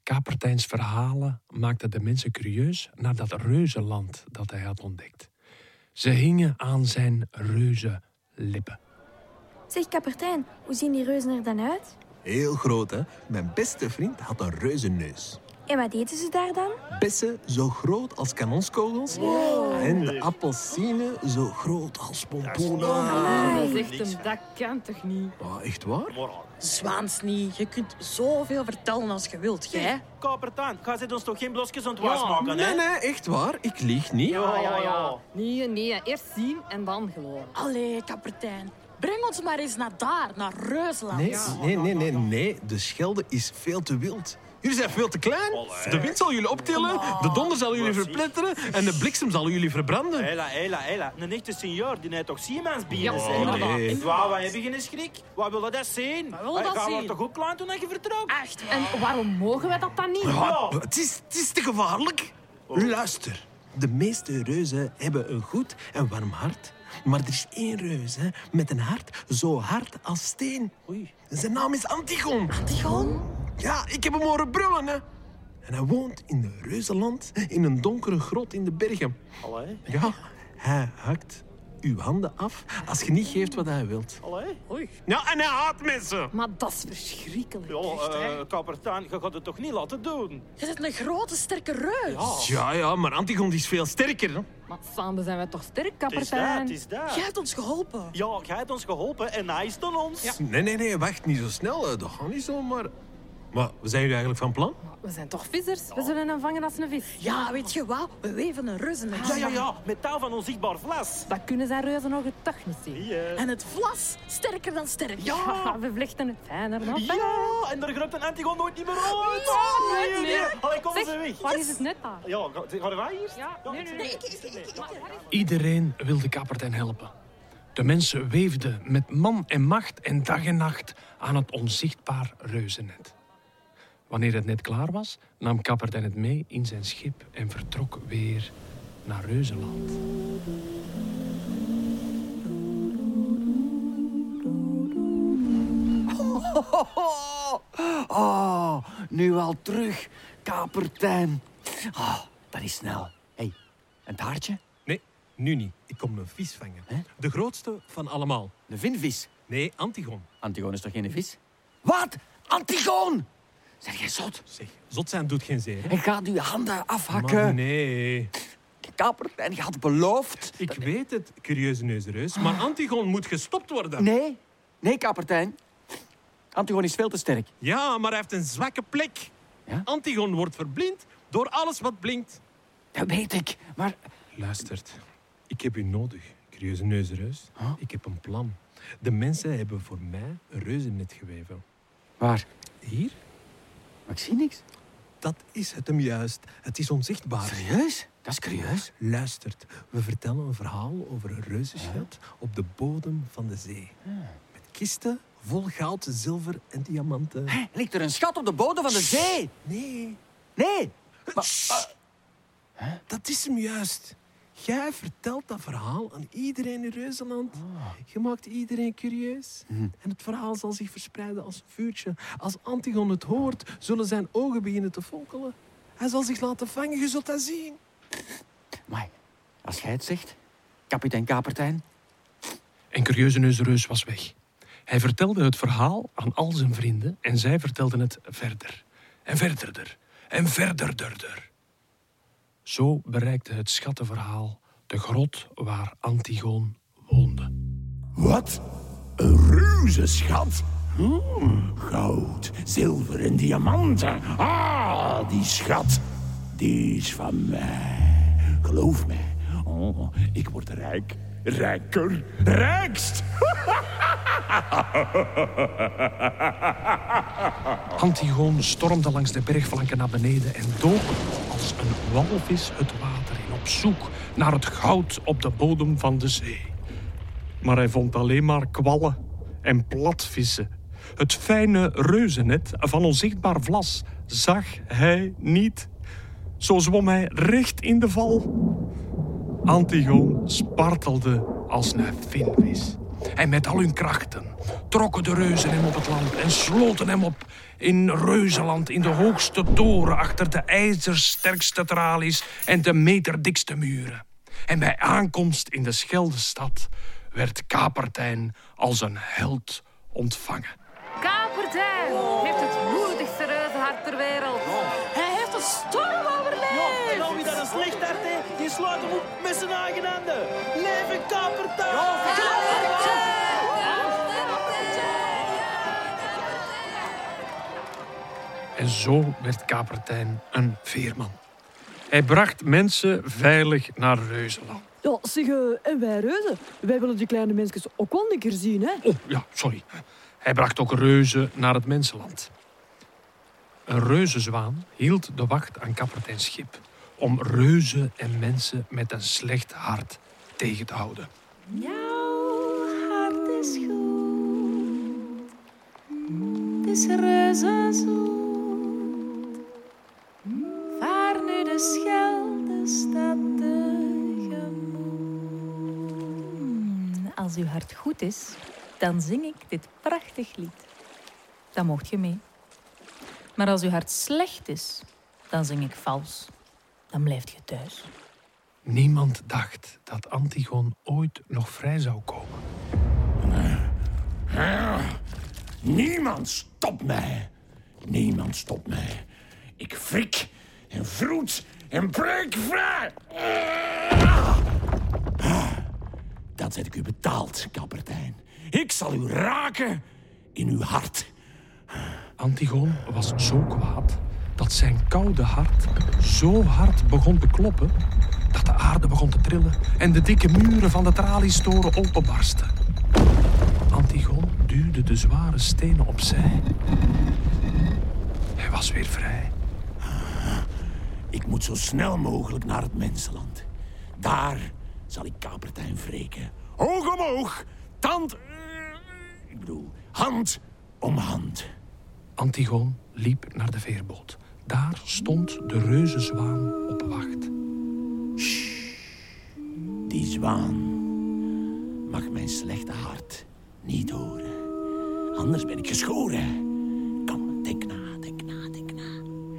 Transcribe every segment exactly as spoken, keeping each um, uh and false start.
Kapertijns verhalen maakten de mensen curieus naar dat reuzenland dat hij had ontdekt. Ze hingen aan zijn reuzenlippen. Zeg, Kapertijn, hoe zien die reuzen er dan uit? Heel groot, hè? Mijn beste vriend had een reuzenneus. En wat eten ze daar dan? Bessen zo groot als kanonskogels. Wow. En de appelsine zo groot als pompoenen. Amai. Dat is echt een, dat kan toch niet? Oh, echt waar? Zwaans niet. Je kunt zoveel vertellen als je wilt, jij. Kapertaan, ga zit ons toch geen blosjes ontwaars maken, hè? Nee, nee, echt waar. Ik lieg niet. Ja, ja, ja. Nee, nee. Eerst zien en dan geloven. Allee, kapitein. Breng ons maar eens naar daar, naar Reuzeland. Nee, nee, nee, nee, nee. De Schelde is veel te wild. Jullie zijn veel te klein. De wind zal jullie optillen, de donder zal jullie verpletteren en de bliksem zal jullie verbranden. Hela, hela, hela. Een echte senior, die heeft toch Siemens bieren Ja, zijn? inderdaad. En waar, wat heb je geen schrik? Wat wil dat zien? Wat wil dat Ga zien? we toch ook klaar toen je vertrok? Echt? En waarom mogen we dat dan niet? Ja, het, is, het is te gevaarlijk. Luister, de meeste reuzen hebben een goed en warm hart. Maar er is één reus hè, met een hart zo hard als steen. Oei. Zijn naam is Antigon. Antigon? Ja, ik heb hem horen brullen, hè. En hij woont in Reuzenland, in een donkere grot in de bergen. Allee, Ja, hij hakt uw handen af als je niet geeft wat hij wilt. allee. Oei. Ja, en hij haat mensen. Maar dat is verschrikkelijk. Ja, eh, Kapertaan, je gaat het toch niet laten doen? Je bent een grote, sterke reus. Ja, ja, maar Antigon is veel sterker. Hè? Maar samen zijn we toch sterk, Het is dat, kapitein? het is dat. Jij hebt ons geholpen. Ja, jij hebt ons geholpen en hij is dan ons. Nee, nee, nee, wacht niet zo snel. hè. Dat gaat niet zo, maar... Maar, wat zijn jullie eigenlijk van plan? We zijn toch vissers? We zullen hem vangen als een vis. Ja, weet je wat? We weven een reuzennet. Ja, ja, ja, met touw van onzichtbaar vlas. Dat kunnen zijn reuzen nog toch niet zien. Ja. En het vlas sterker dan sterk. Ja, we vlechten het fijner dan fijner. Ja, en daar grupt een Antigon nooit niet meer uit. Oh, nee, nee. Allee, kom eens Zeg, weg. waar is het net daar? Ja, ga, ga er wij hier? Ja, nee, nee, nee. Iedereen wilde Kapertijn helpen. De mensen weefden met man en macht en dag en nacht aan het onzichtbaar reuzennet. Wanneer het net klaar was, nam Kapertijn het mee in zijn schip en vertrok weer naar Reuzenland. Oh, nu al terug, Kapertijn. Oh, dat is snel. Hé, hey, een taartje? Nee, nu niet. Ik kom een vis vangen. Hè? De grootste van allemaal. Een vinvis. Nee, Antigon. Antigon is toch geen vis? Wat? Antigon! Zeg jij zot? Zeg, zot zijn doet geen zeer. hè? En gaat uw handen afhakken. Maar nee. Kapertijn, je had beloofd. Ik weet het, curieuze neusreus, maar Antigon moet gestopt worden. Nee, nee, Kapertijn. Antigon is veel te sterk. Ja, maar hij heeft een zwakke plek. Ja? Antigon wordt verblind door alles wat blinkt. Dat weet ik, maar... Luistert, ik heb u nodig, curieuze neusreus. Huh? Ik heb een plan. De mensen hebben voor mij een reuzennet geweven. Waar? Hier? Maar ik zie niks. Dat is het hem juist. Het is onzichtbaar. Serieus? Dat is curieus. Luistert, we vertellen een verhaal over een reuzenschat op de bodem van de zee. Met kisten vol goud, zilver en diamanten. Hé, ligt er een schat op de bodem van de zee? Nee, Nee. dat is hem juist. Jij vertelt dat verhaal aan iedereen in Reuzenland. Je maakt iedereen curieus. En het verhaal zal zich verspreiden als een vuurtje. Als Antigon het hoort, zullen zijn ogen beginnen te fonkelen. Hij zal zich laten vangen, je zult dat zien. Maar als jij het zegt, kapitein Kapertijn. En Curieuze Neusreus was weg. Hij vertelde het verhaal aan al zijn vrienden en zij vertelden het verder. En verderder. En verderderder. Zo bereikte het schattenverhaal de grot waar Antigon woonde. Wat? Een reuzenschat? Hmm, goud, zilver en diamanten. Ah, die schat, die is van mij. Geloof mij. Oh, ik word rijk, rijker, rijkst. Antigon stormde langs de bergflanken naar beneden en dook als een walvis het water in op zoek naar het goud op de bodem van de zee. Maar hij vond alleen maar kwallen en platvissen. Het fijne reuzennet van onzichtbaar vlas zag hij niet. Zo zwom hij recht in de val. Antigon spartelde als een vinvis. En met al hun krachten trokken de reuzen hem op het land en sloten hem op In Reuzenland, in de hoogste toren, achter de ijzersterkste tralies en de meterdikste muren. En bij aankomst in de Scheldestad werd Kapertijn als een held ontvangen. Kapertijn heeft het moedigste reuzenhart ter wereld. Hij heeft een storm overleefd. En al wie dat een slecht hart heeft, die slaat hem op met zijn eigen handen. Leven Kapertijn! En zo werd Kapertijn een veerman. Hij bracht mensen veilig naar Reuzenland. Ja, zeg, uh, en wij reuzen, wij willen die kleine mensjes ook wel een keer zien, hè? Oh, ja, sorry. Hij bracht ook reuzen naar het mensenland. Een reuzenzwaan hield de wacht aan Kapertijns schip om reuzen en mensen met een slecht hart tegen te houden. Jouw hart is goed, het is reuzenzoet. Vaar nu de Scheldestad tegemoet. Als uw hart goed is, dan zing ik dit prachtig lied. Dan moogt je mee. Maar als uw hart slecht is, dan zing ik vals. Dan blijft je thuis. Niemand dacht dat Antigon ooit nog vrij zou komen. Niemand stopt mij. Niemand stopt mij. Ik frik en vroet en breek vrij. Dat heb ik u betaald, Kapertijn. Ik zal u raken in uw hart. Antigon was zo kwaad dat zijn koude hart zo hard begon te kloppen dat de aarde begon te trillen en de dikke muren van de traliestoren openbarsten. Antigon duwde de zware stenen opzij. Hij was weer vrij. Ik moet zo snel mogelijk naar het mensenland. Daar zal ik Kapertijn wreken. Oog om oog, tand... Ik bedoel, hand om hand. Antigon liep naar de veerboot. Daar stond de reuzenzwaan op wacht. Shh. Die zwaan mag mijn slechte hart niet horen. Anders ben ik geschoren. Kom, denk na, denk na, denk na.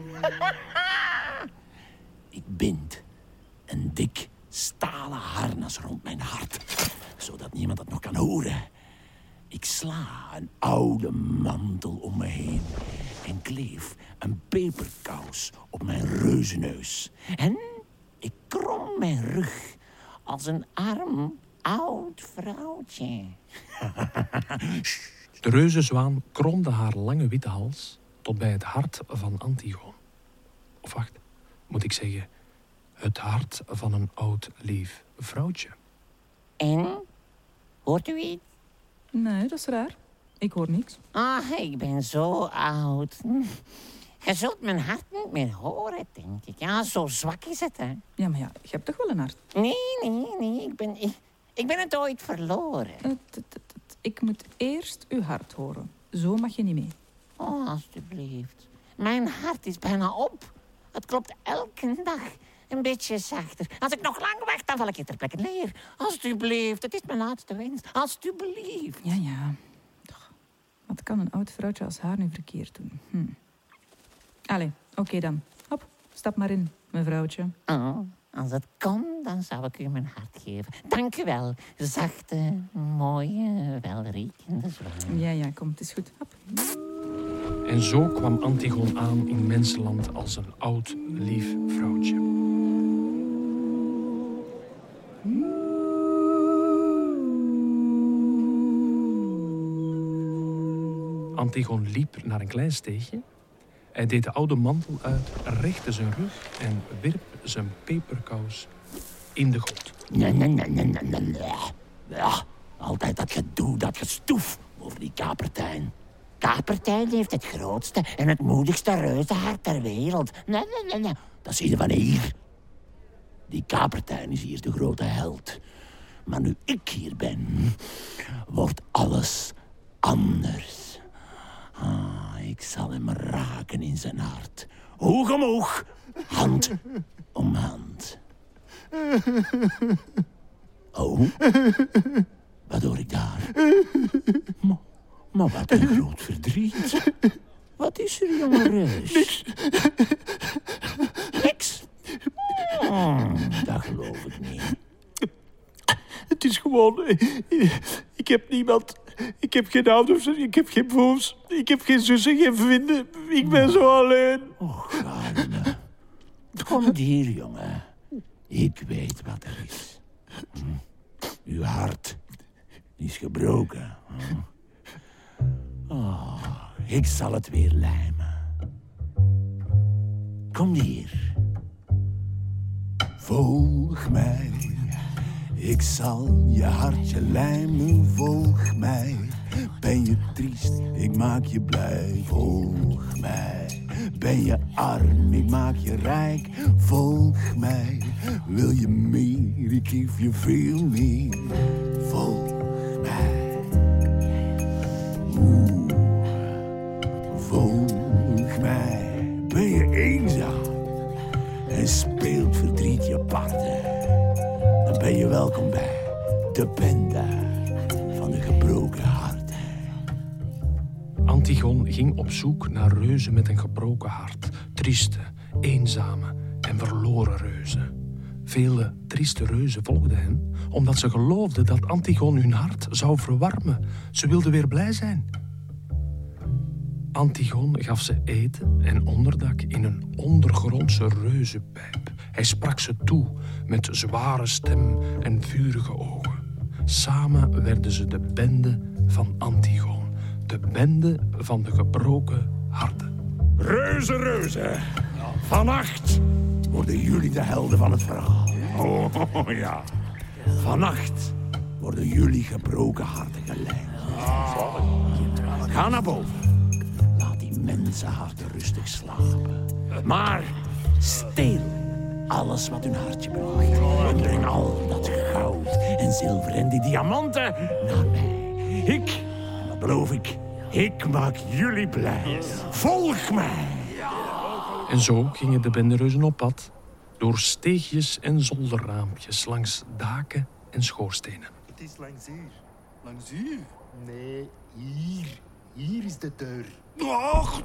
Ik bind een dik stalen harnas rond mijn hart, zodat niemand het nog kan horen. Ik sla een oude mantel om me heen en kleef een peperkous op mijn reuzenneus. En ik krom mijn rug als een arm oud vrouwtje. De reuzenzwaan kromde haar lange witte hals tot bij het hart van Antigon. Of wacht, moet ik zeggen, het hart van een oud lief vrouwtje. En? Hoort u iets? Nee, dat is raar. Ik hoor niks. Ah, ik ben zo oud. Je zult mijn hart niet meer horen, denk ik. Ja, zo zwak is het, hè. Ja, maar ja, je hebt toch wel een hart? Nee, nee, nee. Ik ben, ik, ik ben het ooit verloren. Uh, t, t, t, ik moet eerst uw hart horen. Zo mag je niet mee. Oh, alstublieft. Mijn hart is bijna op. Het klopt elke dag. Een beetje zachter. Als ik nog lang wacht, dan val ik je ter plekke neer. Alsjeblieft, het is mijn laatste wens. Alsjeblieft. Ja, ja. Toch. Wat kan een oud vrouwtje als haar nu verkeerd doen? Hm. Allee, oké okay dan. Hop, stap maar in, mevrouwtje. Oh, als het kon, dan zou ik u mijn hart geven. Dank u wel, zachte, mooie, welriekende zwaan. Ja, ja, kom, het is goed. Hop. En zo kwam Antigon aan in mensenland als een oud lief vrouwtje. Antigon liep naar een klein steegje. Hij deed de oude mantel uit, richtte zijn rug en wierp zijn peperkous in de grond. Nee, nee, nee, nee, nee, nee. Ja, altijd dat gedoe, dat gestoef over die Kapertijn. Kapertijn heeft het grootste en het moedigste reuzenhart ter wereld. Nee, nee, nee, nee. Dat zie je van hier. Die Kapertijn is hier de grote held. Maar nu ik hier ben, wordt alles anders. Ah, ik zal hem raken in zijn hart. Oog om oog, hand om hand. Oh, wat hoor ik daar? Maar, maar wat een groot verdriet. Wat is er, jonge reus? Niks. Niks? Oh, dat geloof ik niet. Het is gewoon... Ik heb niemand... Ik heb geen ouders, ik heb geen broers, ik heb geen zussen, geen vrienden. Ik ben zo alleen. Och, arme. Kom hier, jongen. Ik weet wat er is. Hm. Uw hart is gebroken. Hm. Oh, ik zal het weer lijmen. Kom hier. Volg mij. Ik zal je hartje lijmen, volg mij. Ben je triest, ik maak je blij, volg mij. Ben je arm, ik maak je rijk, volg mij. Wil je meer, ik geef je veel meer, volg mij. Oeh, volg mij. Ben je eenzaam en speelt verdriet je parten, dan ben je welkom bij de bende van de gebroken harten. Antigon ging op zoek naar reuzen met een gebroken hart. Trieste, eenzame en verloren reuzen. Vele trieste reuzen volgden hem, omdat ze geloofden dat Antigon hun hart zou verwarmen. Ze wilden weer blij zijn. Antigon gaf ze eten en onderdak in een ondergrondse reuzenpijp. Hij sprak ze toe met zware stem en vurige ogen. Samen werden ze de bende van Antigon. De bende van de gebroken harten. Reuzen, reuzen. Vannacht worden jullie de helden van het verhaal. Oh ja. Vannacht worden jullie gebroken harten geleid. Ga naar boven. Laat die mensenharten rustig slapen. Maar steel alles wat hun hartje beweegt. En breng al dat goud en zilver en die diamanten naar mij. Ik, en dat beloof ik, ik maak jullie blij. Volg mij. En zo gingen de bendereuzen op pad. Door steegjes en zolderraampjes, langs daken en schoorstenen. Het is langs hier. Langs hier? Nee, hier. Hier is de deur. Ach,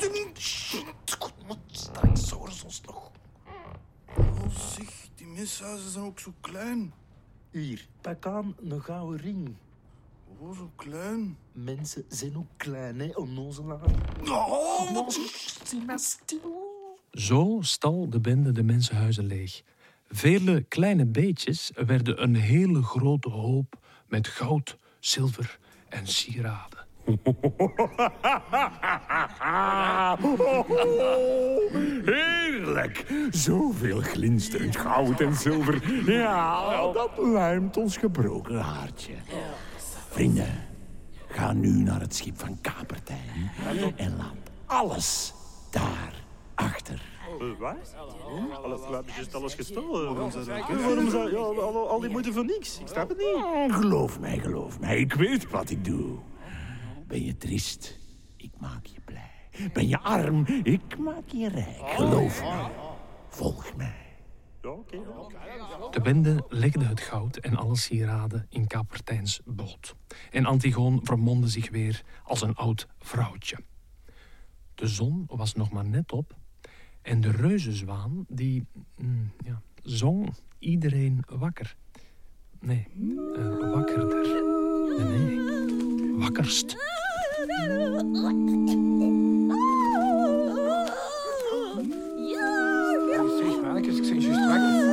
straks horen ze ons nog. Oh zeg, die menshuizen zijn ook zo klein. Hier, pak aan een gouden ring. Oh, zo klein. Mensen zijn ook klein, hè, onnozelaar. Oh, wat... Zie maar stil. Zo stal de bende de mensenhuizen leeg. Vele kleine beetjes werden een hele grote hoop met goud, zilver en sieraden. Heerlijk. Zoveel glinsterend goud en zilver. Ja, dat luimt ons gebroken hartje. Vrienden, ga nu naar het schip van Kapertijn en laat alles daar achter. Uh, wat? Alles, we hebben juist alles gestolen. Waarom zou ja, al, al die moeite voor niks? Ik snap het niet. Geloof mij, geloof mij. Ik weet wat ik doe. Ben je triest? Ik maak je blij. Ben je arm? Ik maak je rijk. Geloof me. Volg mij. Ja, oké. Okay. De bende legde het goud en alle sieraden in Kapertijns boot. En Antigon vermomde zich weer als een oud vrouwtje. De zon was nog maar net op en de reuzenzwaan die mm, ja, zong iedereen wakker. Nee, uh, wakkerder. Nee, nee, wakkerst. Zeg, mannetjes, ik zeg juist wakker.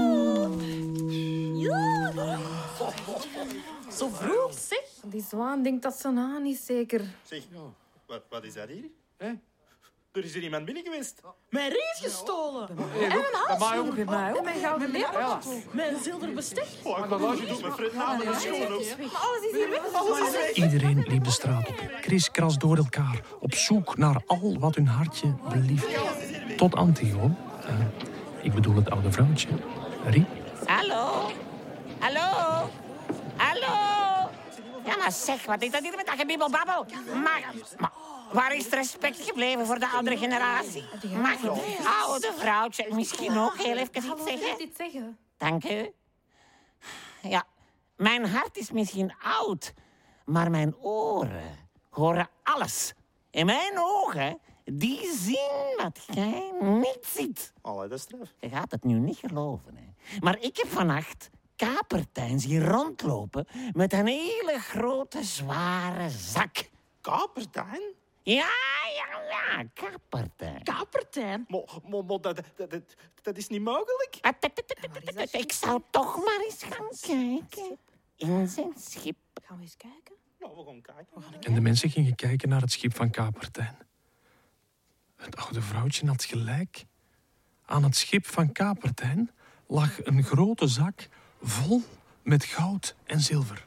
Zo vroeg, zeg. Die zwaan denkt dat ze aan is, zeker. Zeg, wat, wat is dat hier? Hè? Er is er iemand binnen geweest. Mijn reet gestolen. En een halsdoek. Bij mij ook. En mijn gouden lepel. Mijn zilveren bestek. Oh, ik ga je doet mijn fret na mijn schoenen ook. Maar alles is hier weg. Alles is weg. Iedereen liep de straat op, kriskras door elkaar, op zoek naar al wat hun hartje belieft. Tot Antigon, uh, ik bedoel het oude vrouwtje, riep... Hallo? Hallo? Hallo? Ja, maar zeg, wat is dat hier met dat gebibbelbabbel? Maar, maar waar is het respect gebleven voor de oudere generatie? Mag het oude vrouwtje misschien ook heel even iets zeggen? Iets zeggen? Dank u. Ja, mijn hart is misschien oud, maar mijn oren horen alles. In mijn ogen, die zien wat jij niet ziet. Allee, dat is straf. Je gaat het nu niet geloven, hè. Maar ik heb vannacht Kapertijn zien rondlopen met een hele grote, zware zak. Kapertijn? Ja, ja, ja, Kapertijn. Kapertijn? Maar, maar, maar dat, dat, dat, dat is niet mogelijk. Ik zou toch maar eens gaan kijken. In zijn schip. Gaan we eens kijken? Ja, we gaan kijken. En de mensen gingen kijken naar het schip van Kapertijn. Het oude vrouwtje had gelijk. Aan het schip van Kapertijn lag een grote zak vol met goud en zilver.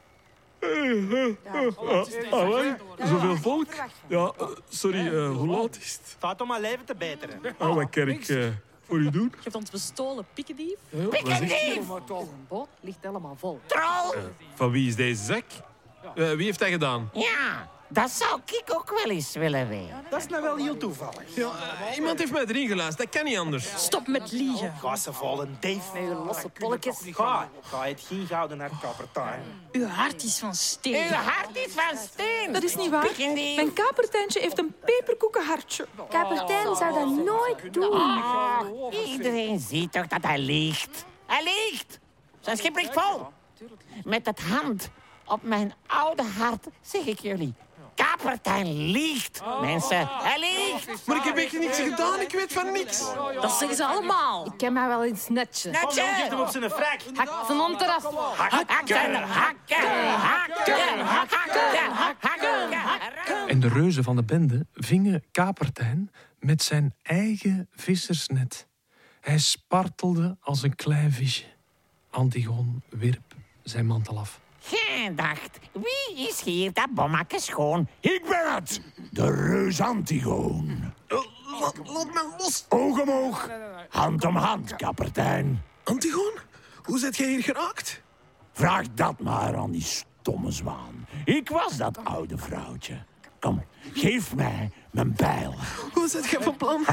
Allee, zoveel volk? Ja, uh, sorry, uh, hoe laat is het? Gaat om mijn leven te beteren. Oh, wat kan ik uh, voor u doen? Je hebt ons bestolen, pikkendief. Ja, wat zegt u? Een boot ligt helemaal vol. Troll! Uh, van wie is deze zak? Uh, wie heeft dat gedaan? Ja, dat zou ik ook wel eens willen weten. Dat is nou wel heel toevallig. Ja, uh, iemand heeft mij erin geluisterd, dat kan niet anders. Stop met liegen. Ga ze vallen, Dave. Nee, losse polletjes. Ga, ga het geen gouden naar Kapertijn. Uw hart is van steen. Uw hart is van steen. Dat is niet waar. Pikkendief. Mijn kapertijntje heeft een peperkoekenhartje. Kapertijn zou dat nooit doen. Oh, iedereen ziet toch dat hij liegt. Hij liegt. Zijn schip ligt vol. Met het hand op mijn oude hart zeg ik jullie. Kapertijn liegt, mensen. Hij liegt. Maar ik heb echt niks gedaan, ik weet van niks. Dat zeggen ze allemaal. Ik ken mij wel eens netje. Kom, jong, geef hem op zijn frak. Hak zijn hond eraf. Hakken, hakken, hakken, hakken, hakken, hakken. En de reuzen van de bende vingen Kapertijn met zijn eigen vissersnet. Hij spartelde als een klein visje. Antigon wierp zijn mantel af. Gij dacht, wie is hier dat bommetje schoon? Ik ben het, de reus Antigoon. Uh, laat, laat me los. Oog omhoog, hand om hand, Kapertijn. Antigoon, hoe zit jij hier geraakt? Vraag dat maar aan die stomme zwaan. Ik was dat oude vrouwtje. Kom, geef mij mijn bijl. Hoe zit jij van plan?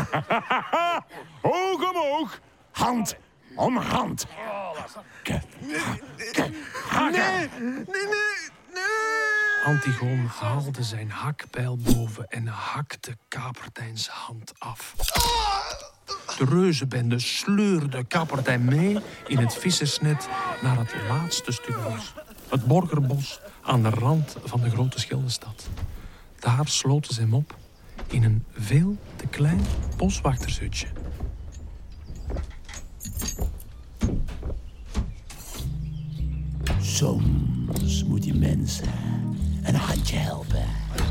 Oog omhoog, hand om hand. Hakken, hakken, hakken. Nee, nee, nee, nee. Antigon haalde zijn hakpijl boven en hakte Kapertijns hand af. De reuzenbende sleurde Kapertijn mee in het vissersnet naar het laatste stuk bos. Het Borgerbos aan de rand van de grote Scheldestad. Daar sloten ze hem op in een veel te klein boswachtershutje. Soms moet je mensen een handje helpen.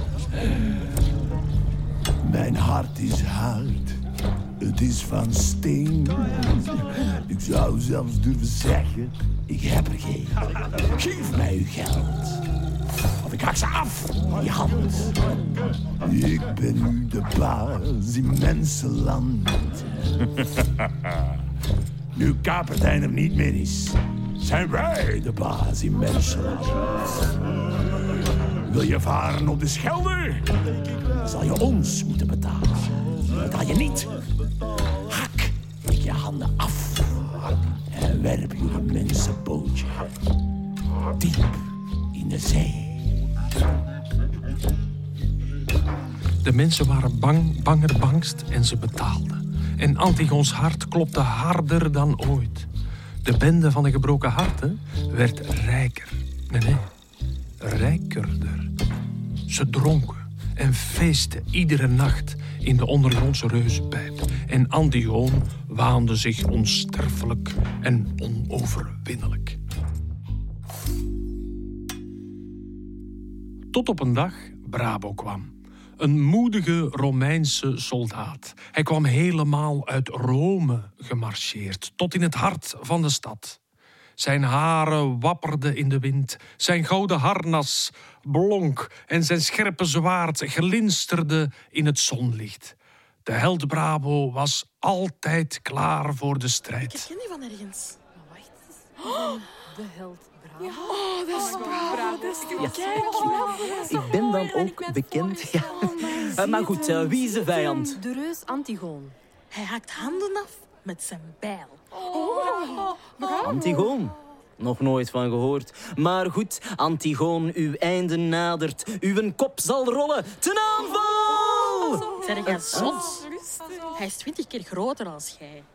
Mijn hart is hard, het is van steen. Ik zou zelfs durven zeggen, ik heb er geen. Geef mij uw geld, of ik hak ze af, die hand. Ik ben nu de baas in mensenland. Nu Kapertijn er niet meer is, zijn wij de baas in mensenland. Wil je varen op de Schelde? Dan zal je ons moeten betalen. Betaal je niet? Hak ik je handen af en werp je een mensenbootje diep in de zee. De mensen waren bang, banger bangst en ze betaalden. En Antigons hart klopte harder dan ooit. De bende van de gebroken harten werd rijker. Nee, nee, rijkerder. Ze dronken en feesten iedere nacht in de ondergrondse reuzenpijp. En Antigon waande zich onsterfelijk en onoverwinnelijk. Tot op een dag Brabo kwam. Een moedige Romeinse soldaat. Hij kwam helemaal uit Rome gemarcheerd, tot in het hart van de stad. Zijn haren wapperden in de wind, zijn gouden harnas blonk en zijn scherpe zwaard glinsterde in het zonlicht. De held Brabo was altijd klaar voor de strijd. Ik ken die van ergens. Maar wacht eens. Oh, de held Brabo. Ja, oh, dat is Brabo. Dat is Ja. Kijk, Ik ben dan ook bekend. Ja. Uh, maar goed, uh, wie is de vijand? De reus Antigoon. Hij haakt handen af met zijn bijl. Oh, Antigoon. Nog nooit van gehoord. Maar goed, Antigoon, uw einde nadert. Uw kop zal rollen. Ten aanval! Zeg jij zot? Hij is twintig keer groter als jij.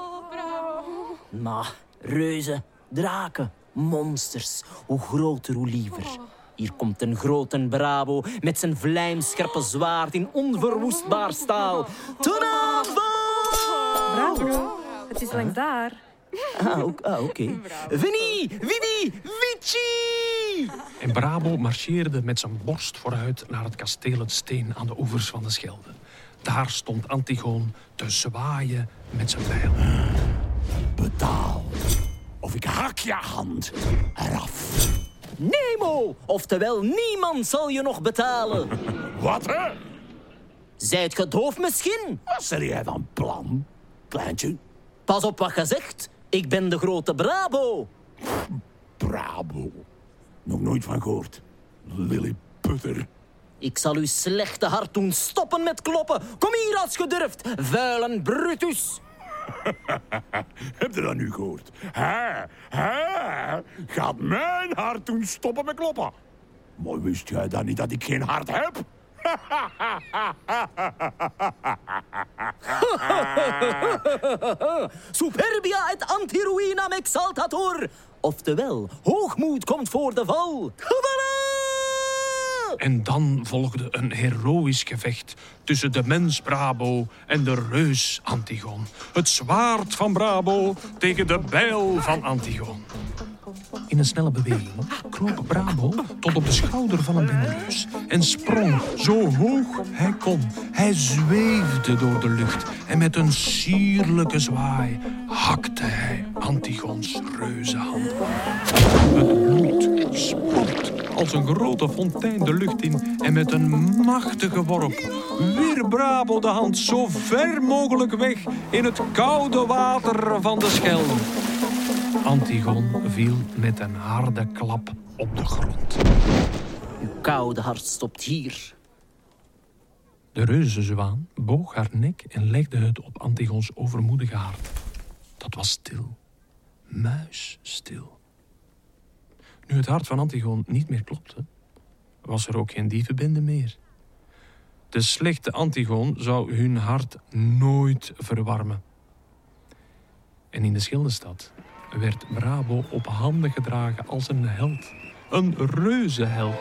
Maar reuzen, draken, monsters. Hoe groter, hoe liever. Hier komt een grote Brabo met zijn vlijmscherpe zwaard in onverwoestbaar staal. Ten aanval! Bravo. Het is langs daar. Ah, oké. Ah, okay. Vinnie, Vinnie, Vici! En Brabo marcheerde met zijn borst vooruit naar het kasteel Het Steen aan de oevers van de Schelde. Daar stond Antigoon te zwaaien met zijn bijl. Betaal, of ik hak je hand eraf. Nemo, oftewel niemand zal je nog betalen. Wat, hè? Zijt ge doof misschien? Wat zeg jij van plan, kleintje? Pas op wat je zegt. Ik ben de grote Brabo. Brabo. Nog nooit van gehoord. Lilliputter. Ik zal uw slechte hart doen stoppen met kloppen. Kom hier als ge durft, vuile Brutus. Heb je dat nu gehoord? Hij, hij gaat mijn hart doen stoppen met kloppen. Maar wist jij dan niet dat ik geen hart heb? Superbia et antiruinam exaltator. Oftewel, hoogmoed komt voor de val. En dan volgde een heroïsch gevecht tussen de mens Brabo en de reus Antigoon. Het zwaard van Brabo tegen de bijl van Antigoon. In een snelle beweging kroop Brabo tot op de schouder van een bendereus en sprong zo hoog hij kon. Hij zweefde door de lucht en met een sierlijke zwaai hakte hij Antigoons reuzenhand. Het bloed spot als een grote fontein de lucht in en met een machtige worp wierp Brabo de hand zo ver mogelijk weg in het koude water van de Schelde. Antigoon viel met een harde klap op de grond. Uw koude hart stopt hier. De reuzenzwaan boog haar nek en legde het op Antigoons overmoedige hart. Dat was stil, muisstil. Nu het hart van Antigoon niet meer klopte, was er ook geen dievenbende meer. De slechte Antigoon zou hun hart nooit verwarmen. En in de Schildestad werd Brabo op handen gedragen als een held. Een reuzenheld.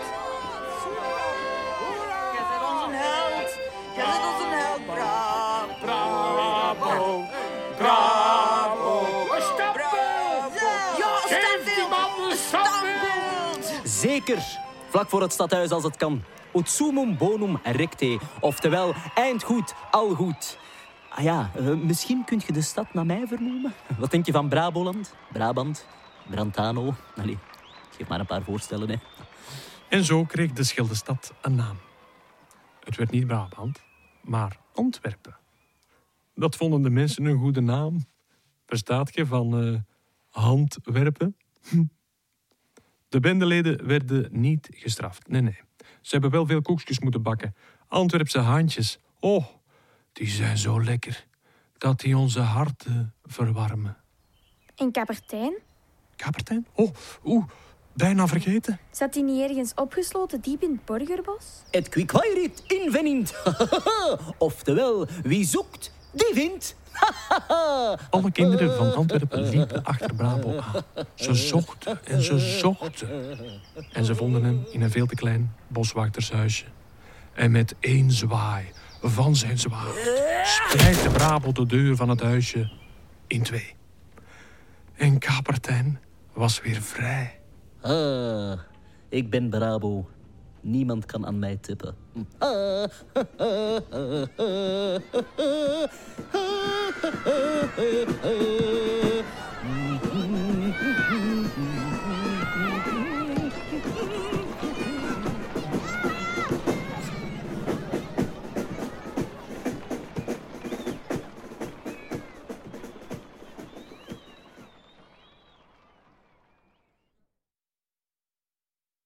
Jij bent onze held. Jij bent onze held. Bra Bravo. Bravo. Een standbeeld. Ja, een standbeeld. Zeker. Vlak voor het stadhuis als het kan. Ut sumum bonum recte. Oftewel, eind goed, al goed. Ah ja, uh, misschien kun je de stad naar mij vernoemen. Wat denk je van Braboland, Brabant, Brantano? Allee, geef maar een paar voorstellen, hè. En zo kreeg de Schildestad een naam. Het werd niet Brabant, maar Antwerpen. Dat vonden de mensen een goede naam. Verstaat je van uh, handwerpen? Hm. De bendeleden werden niet gestraft. Nee, nee. Ze hebben wel veel koekjes moeten bakken. Antwerpse haantjes. Oh, die zijn zo lekker dat die onze harten verwarmen. En Kappertijn? Kappertijn? Oh, oeh, bijna vergeten. Zat hij niet ergens opgesloten diep in het Borgerbos? Et qui quaerit invenint. Oftewel, wie zoekt, die vindt. Alle kinderen van Antwerpen liepen achter Brabo aan. Ze zochten en ze zochten. En ze vonden hem in een veel te klein boswachtershuisje. En met één zwaai van zijn zwaard splijtte Brabo de deur van het huisje in twee. En Kappertijn was weer vrij. Ah, ik ben Brabo. Niemand kan aan mij tippen.